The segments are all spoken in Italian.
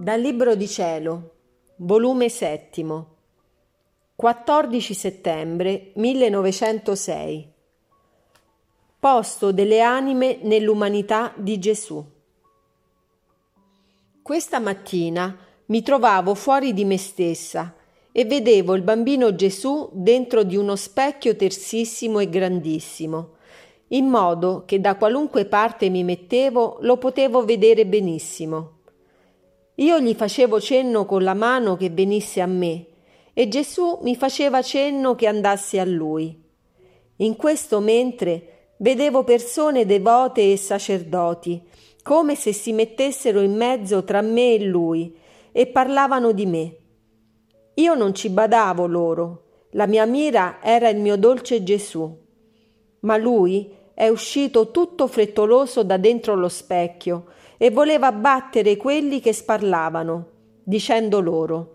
Dal Libro di Cielo, volume 7, 14 settembre 1906. Posto delle anime nell'umanità di Gesù. Questa mattina mi trovavo fuori di me stessa e vedevo il bambino Gesù dentro di uno specchio tersissimo e grandissimo, in modo che da qualunque parte mi mettevo lo potevo vedere benissimo. Io gli facevo cenno con la mano che venisse a me e Gesù mi faceva cenno che andassi a lui. In questo mentre vedevo persone devote e sacerdoti, come se si mettessero in mezzo tra me e lui e parlavano di me. Io non ci badavo loro, la mia mira era il mio dolce Gesù. Ma lui è uscito tutto frettoloso da dentro lo specchio e voleva battere quelli che sparlavano, dicendo loro: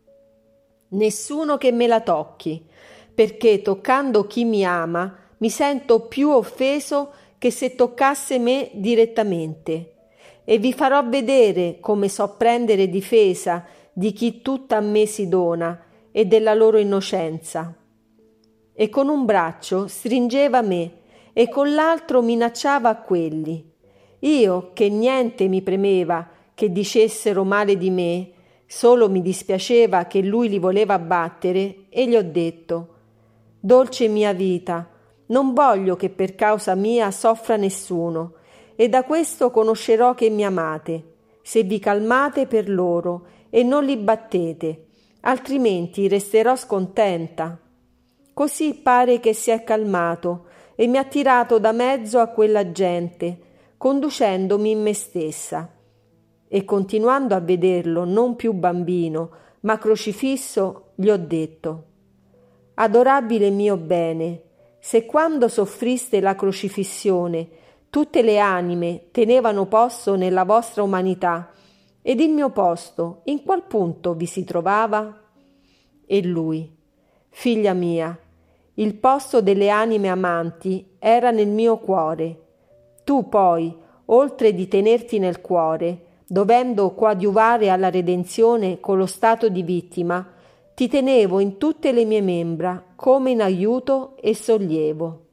«Nessuno che me la tocchi, perché toccando chi mi ama mi sento più offeso che se toccasse me direttamente. E vi farò vedere come so prendere difesa di chi tutta a me si dona e della loro innocenza». E con un braccio stringeva me e con l'altro minacciava a quelli. Io, che niente mi premeva che dicessero male di me, solo mi dispiaceva che lui li voleva abbattere, e gli ho detto: «Dolce mia vita, non voglio che per causa mia soffra nessuno, e da questo conoscerò che mi amate, se vi calmate per loro e non li battete, altrimenti resterò scontenta». Così pare che si è calmato e mi ha tirato da mezzo a quella gente, conducendomi in me stessa. E continuando a vederlo non più bambino, ma crocifisso, gli ho detto: «Adorabile mio bene, se quando soffriste la crocifissione tutte le anime tenevano posto nella vostra umanità, ed il mio posto in qual punto vi si trovava?» E lui: «Figlia mia, il posto delle anime amanti era nel mio cuore. Tu poi, oltre di tenerti nel cuore, dovendo coadiuvare alla redenzione con lo stato di vittima, ti tenevo in tutte le mie membra come in aiuto e sollievo».